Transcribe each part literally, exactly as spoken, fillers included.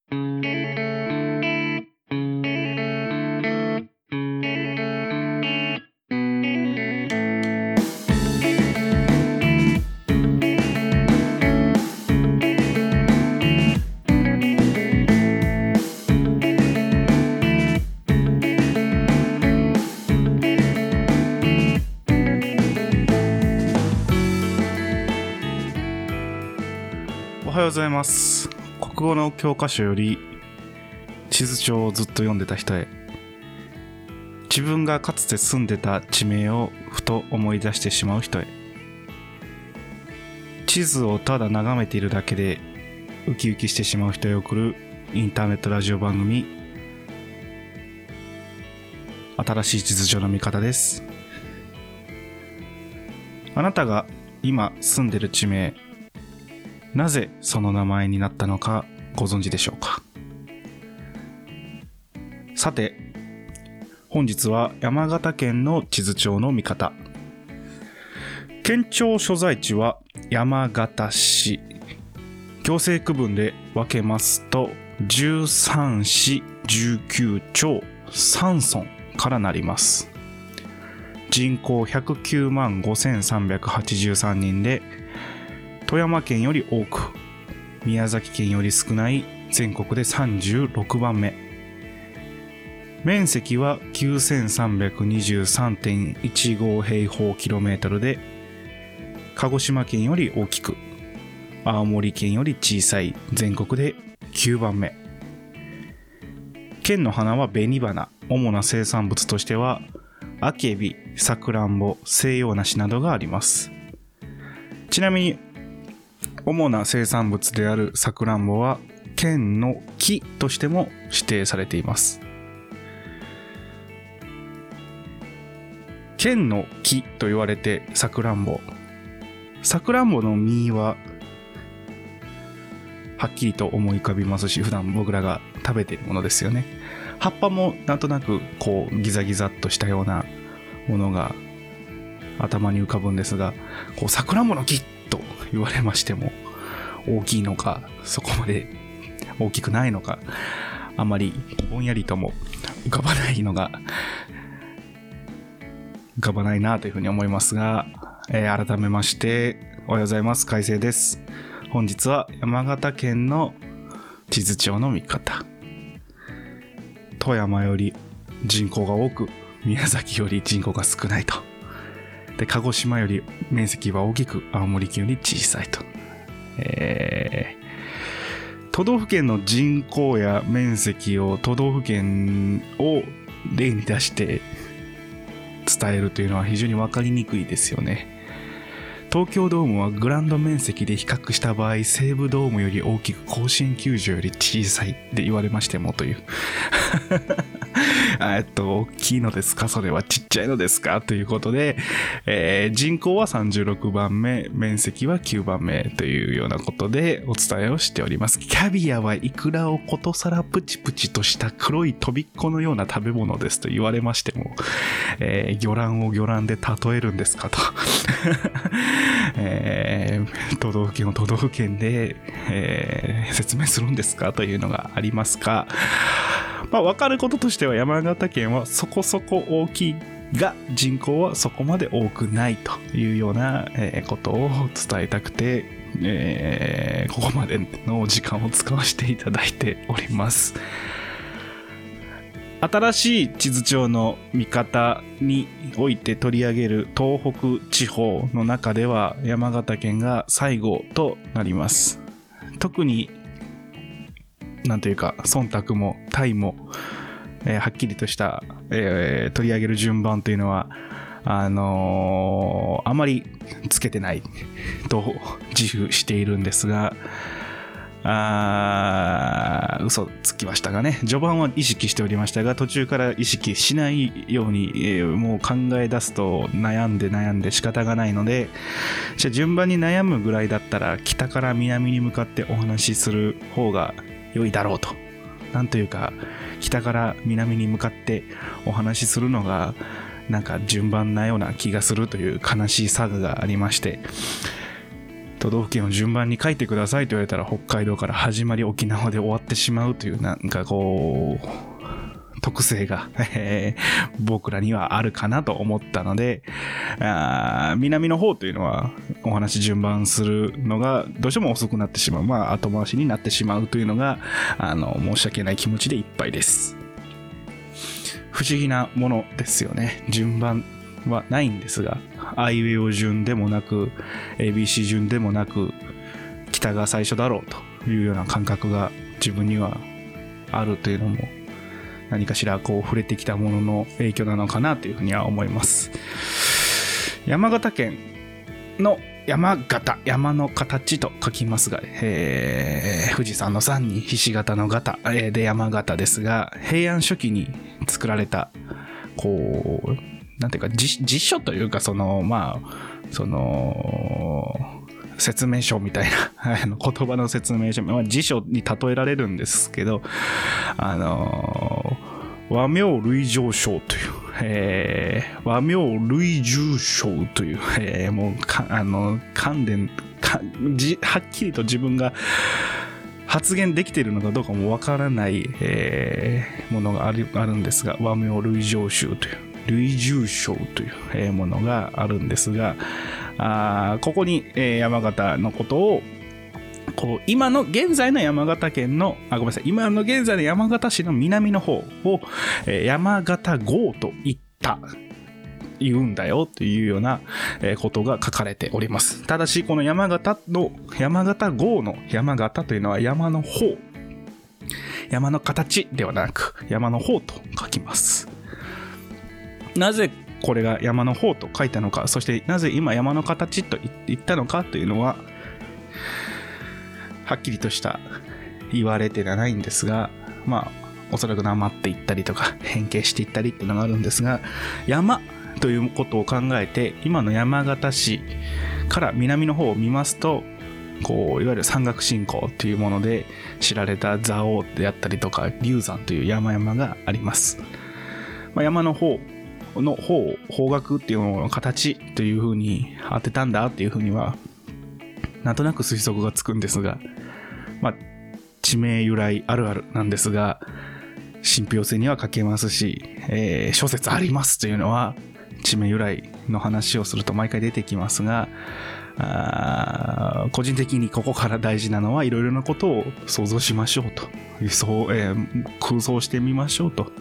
おはようございます。国語の教科書より地図帳をずっと読んでた人へ、自分がかつて住んでた地名をふと思い出してしまう人へ、地図をただ眺めているだけでウキウキしてしまう人へ送るインターネットラジオ番組、新しい地図帳の見方です。あなたが今住んでる地名、なぜその名前になったのかご存知でしょうか。さて、本日は山形県の地図帳の見方。県庁所在地は山形市。行政区分で分けますとじゅうさんしじゅうきゅうちょうさんそんからなります。人口ひゃくきゅうまんごせんさんびゃくはちじゅうさんにんで、富山県より多く、宮崎県より少ない全国でさんじゅうろくばんめ。面積は きゅうせんさんびゃくにじゅうさんてんいちご 平方キロメートルで、鹿児島県より大きく、青森県より小さい全国できゅうばんめ。県の花は紅花。主な生産物としては、アケビ、サクランボ、西洋梨などがあります。ちなみに、主な生産物であるサクランボは県の木としても指定されています。県の木と言われてサクランボ。サクランボの実ははっきりと思い浮かびますし、普段僕らが食べているものですよね。葉っぱもなんとなくこうギザギザっとしたようなものが頭に浮かぶんですが、こうサクランボの木と言われましても、大きいのかそこまで大きくないのか、あまりぼんやりとも浮かばないのが浮かばないなというふうに思いますが、えー、改めましておはようございます。海星です。本日は山形県の地図帳の見方。富山より人口が多く、宮崎より人口が少ないと。で、鹿児島より面積は大きく、青森県より小さいと。えー、都道府県の人口や面積を都道府県を例に出して伝えるというのは非常に分かりにくいですよね。東京ドームはグラウンド面積で比較した場合、西武ドームより大きく、甲子園球場より小さいって言われましてもというえっと大きいのですか、それはちっちゃいのですかということで、えー、人口はさんじゅうろくばんめ、面積はきゅうばんめというようなことでお伝えをしております。キャビアはイクラをことさらプチプチとした黒いとびっこのような食べ物ですと言われましても、えー、魚卵を魚卵で例えるんですかとえー、都道府県を都道府県で、えー、説明するんですかというのがありますが、まあ、分かることとしては山形県はそこそこ大きいが人口はそこまで多くないというような、えー、ことを伝えたくて、えー、ここまでの時間を使わせていただいております。新しい地図帳の見方において取り上げる東北地方の中では山形県が最後となります。特になんというか忖度も他意も、えー、はっきりとした、えー、取り上げる順番というのはあのー、あまりつけてないと自負しているんですが、あー嘘つきましたがね、序盤は意識しておりましたが、途中から意識しないように、えー、もう考え出すと悩んで悩んで仕方がないので、じゃあ順番に悩むぐらいだったら北から南に向かってお話しする方が良いだろうと、なんというか北から南に向かってお話しするのがなんか順番なような気がするという悲しい差がありまして、 都道府県を順番に書いてくださいと言われたら北海道から始まり沖縄で終わってしまうというなんかこう特性が、えー、僕らにはあるかなと思ったので、あ南の方というのはお話順番するのがどうしても遅くなってしまう、まあ後回しになってしまうというのがあの申し訳ない気持ちでいっぱいです。不思議なものですよね。順番はないんですが、あいうえお順でもなく エービーシー 順でもなく北が最初だろうというような感覚が自分にはあるというのも何かしらこう触れてきたものの影響なのかなというふうには思います。山形県の山形、山の形と書きますが、えー、富士山の山にひし形の形で山形ですが、平安初期に作られたこうなんていうか 辞, 辞書というかそのまあその説明書みたいな言葉の説明書、まあ、辞書に例えられるんですけど、あのー、和名類常書という、えー、和名類重書という、えー、もうかあの関連かじはっきりと自分が発言できているのかどうかもわからない、えー、ものがあ る, あるんですが、和名類常集という類重書というものがあるんですが、あここに、えー、山形のことをこう今の現在の山形県のあごめんなさい今の現在の山形市の南の方を、えー、山形郷と言った言うんだよというようなことが書かれております。ただしこの山形の山形郷の山形というのは山の方、山の形ではなく山の方と書きます。なぜこれが山の方と書いたのか、そしてなぜ今山の形と言ったのかというのははっきりとした言われてはないんですが、まあおそらくなまっていったりとか変形していったりっていうのがあるんですが、山ということを考えて今の山形市から南の方を見ますと、こういわゆる山岳信仰というもので知られた蔵王であったりとか龍山という山々があります。まあ、山の方の方方角っていうのの形という風に当てたんだっていう風にはなんとなく推測がつくんですが、まあ地名由来あるあるなんですが、信憑性には欠けますし、えー、諸説ありますというのは地名由来の話をすると毎回出てきますが、あ個人的にここから大事なのはいろいろなことを想像しましょうと、そう、えー、空想してみましょうと。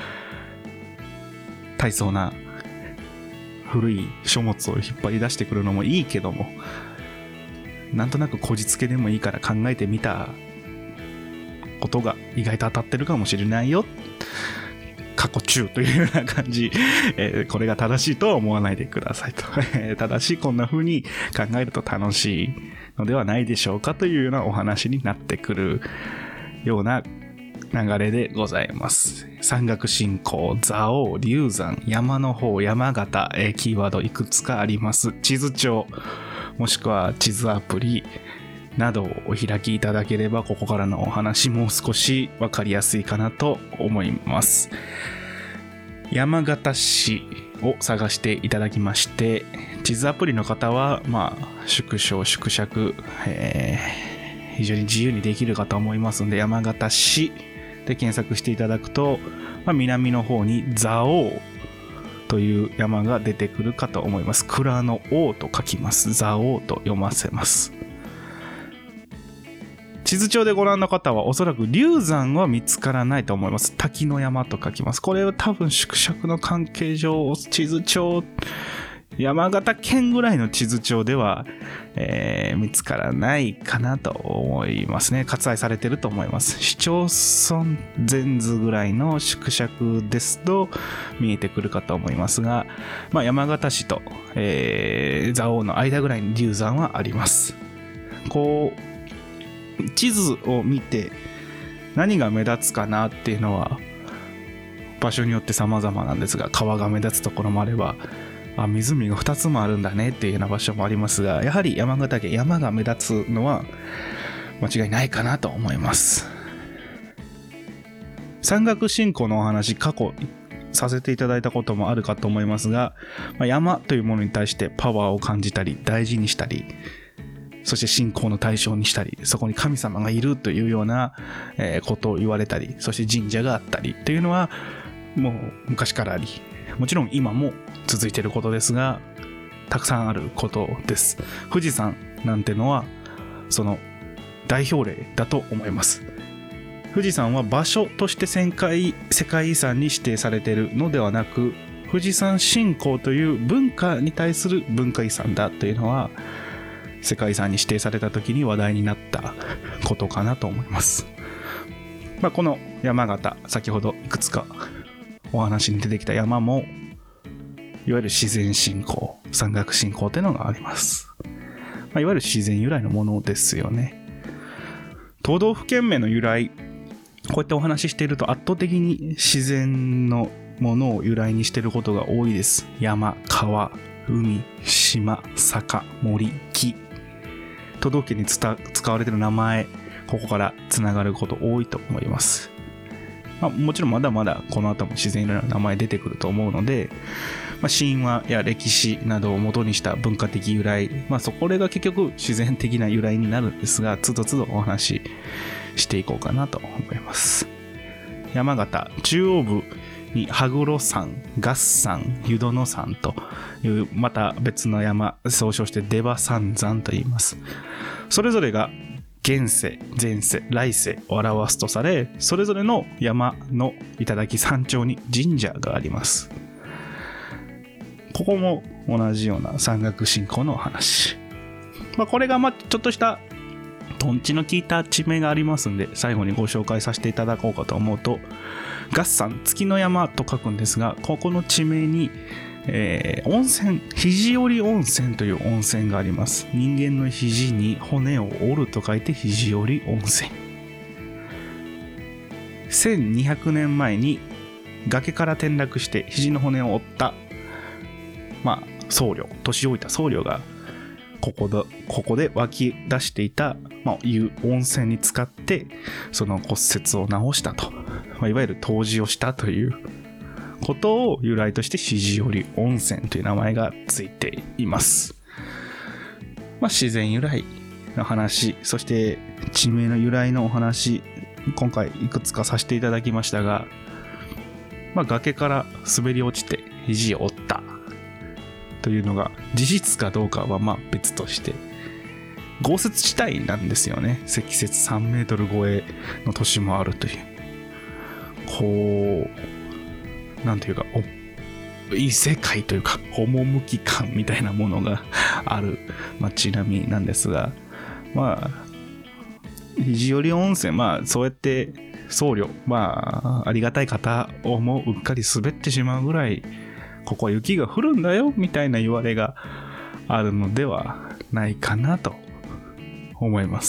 大層な古い書物を引っ張り出してくるのもいいけども、なんとなくこじつけでもいいから考えてみたことが意外と当たってるかもしれないよ、過去中というような感じ、えー、これが正しいとは思わないでくださいとただしこんな風に考えると楽しいのではないでしょうかというようなお話になってくるような流れでございます。山岳信仰、蔵王、龍山、山の方、山形、えー、キーワードいくつかあります。地図帳もしくは地図アプリなどをお開きいただければ、ここからのお話も少し分かりやすいかなと思います。山形市を探していただきまして、地図アプリの方はまあ縮小縮尺、えー、非常に自由にできるかと思いますので、山形市で検索していただくと、まあ、南の方に蔵王という山が出てくるかと思います。蔵の王と書きます。蔵王と読ませます。地図帳でご覧の方はおそらく龍山は見つからないと思います。滝の山と書きます。これは多分縮尺の関係上、地図帳山形県ぐらいの地図帳では、えー、見つからないかなと思いますね。割愛されてると思います。市町村全図ぐらいの縮尺ですと見えてくるかと思いますが、まあ、山形市と、えー、蔵王の間ぐらいに龍山はあります。こう地図を見て何が目立つかなっていうのは場所によって様々なんですが、川が目立つところもあれば、あ、湖がふたつもあるんだねっていうような場所もありますが、やはり山形県山が目立つのは間違いないかなと思います。山岳信仰のお話、過去させていただいたこともあるかと思いますが、山というものに対してパワーを感じたり大事にしたりそして信仰の対象にしたり、そこに神様がいるというような、えー、ことを言われたり、そして神社があったりというのはもう昔からあり、もちろん今も続いていることですが、たくさんあることです。富士山なんてのはその代表例だと思います。富士山は場所として世界、世界遺産に指定されているのではなく、富士山信仰という文化に対する文化遺産だというのは世界遺産に指定された時に話題になったことかなと思います。まあ、この山形、先ほどいくつかお話に出てきた山もいわゆる自然信仰、山岳信仰というのがあります。まあ、いわゆる自然由来のものですよね。都道府県名の由来、こういったお話ししていると圧倒的に自然のものを由来にしていることが多いです。山、川、海、島、坂、森、木、都道府県に使われている名前、ここからつながること多いと思います。まあ、もちろんまだまだこの後も自然由来の名前出てくると思うので、まあ、神話や歴史などを元にした文化的由来、まあ、そこが結局自然的な由来になるんですが、つどつどお話ししていこうかなと思います。山形中央部に羽黒山、月山、湯殿山というまた別の山、総称して出羽三山と言います。それぞれが現世、前世、来世を表すとされ、それぞれの山の頂山頂に神社があります。ここも同じような山岳信仰のお話。まあ、これがまあちょっとしたとんちの効いた地名がありますんで、最後にご紹介させていただこうかと思うと、月山、月の山と書くんですが、ここの地名に、えー、温泉、肘折温泉という温泉があります。人間の肘に骨を折ると書いて肘折温泉。せんにひゃくねんまえに崖から転落して肘の骨を折った、まあ、僧侶、年老いた僧侶がここで、ここで湧き出していた、まあ、いう温泉に浸かってその骨折を治したと、まあ、いわゆる湯治をしたということを由来として肘折温泉という名前がついています。まあ、自然由来の話、そして地名の由来のお話、今回いくつかさせていただきましたが、まあ、崖から滑り落ちて肘を折ったというのが事実かどうかはまあ別として、豪雪地帯なんですよね。積雪さんメートル超えの都市もあるという、こうなんていうか異世界というか趣感みたいなものがある街並みなんですが、まあ肘折温泉、まあそうやって僧侶、まあありがたい方をもううっかり滑ってしまうぐらい、ここは雪が降るんだよみたいな言われがあるのではないかなと思います。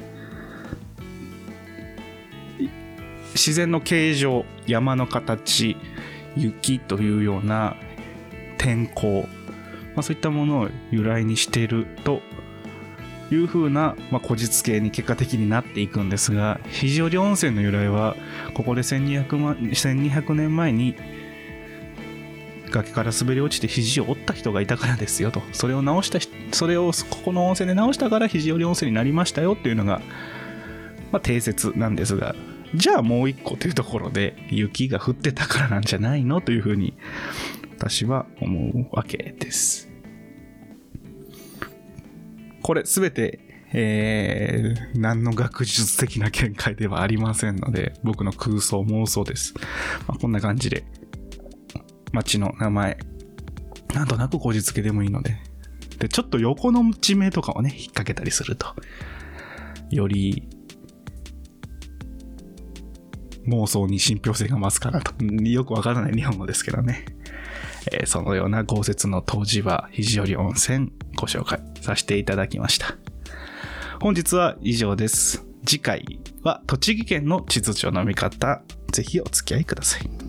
自然の形状、山の形、雪というような天候、まあ、そういったものを由来にしているという風な、まあ、古実形に結果的になっていくんですが、肘折温泉の由来はここでせんにひゃくねんまえに崖から滑り落ちて肘を折った人がいたからですよと、それを直したそれをここの温泉で直したから肘折温泉になりましたよっていうのが、まあ、定説なんですが、じゃあもう一個というところで雪が降ってたからなんじゃないのというふうに私は思うわけです。これすべて、えー、何の学術的な見解ではありませんので、僕の空想妄想です。まあ、こんな感じで町の名前なんとなくこじつけでもいいので、でちょっと横の地名とかをね引っ掛けたりするとより妄想に信憑性が増すかなと。よくわからない日本語ですけどね、えー、そのような豪雪の湯治場肘折温泉ご紹介させていただきました。本日は以上です。次回は栃木県の地図帳の見方、ぜひお付き合いください。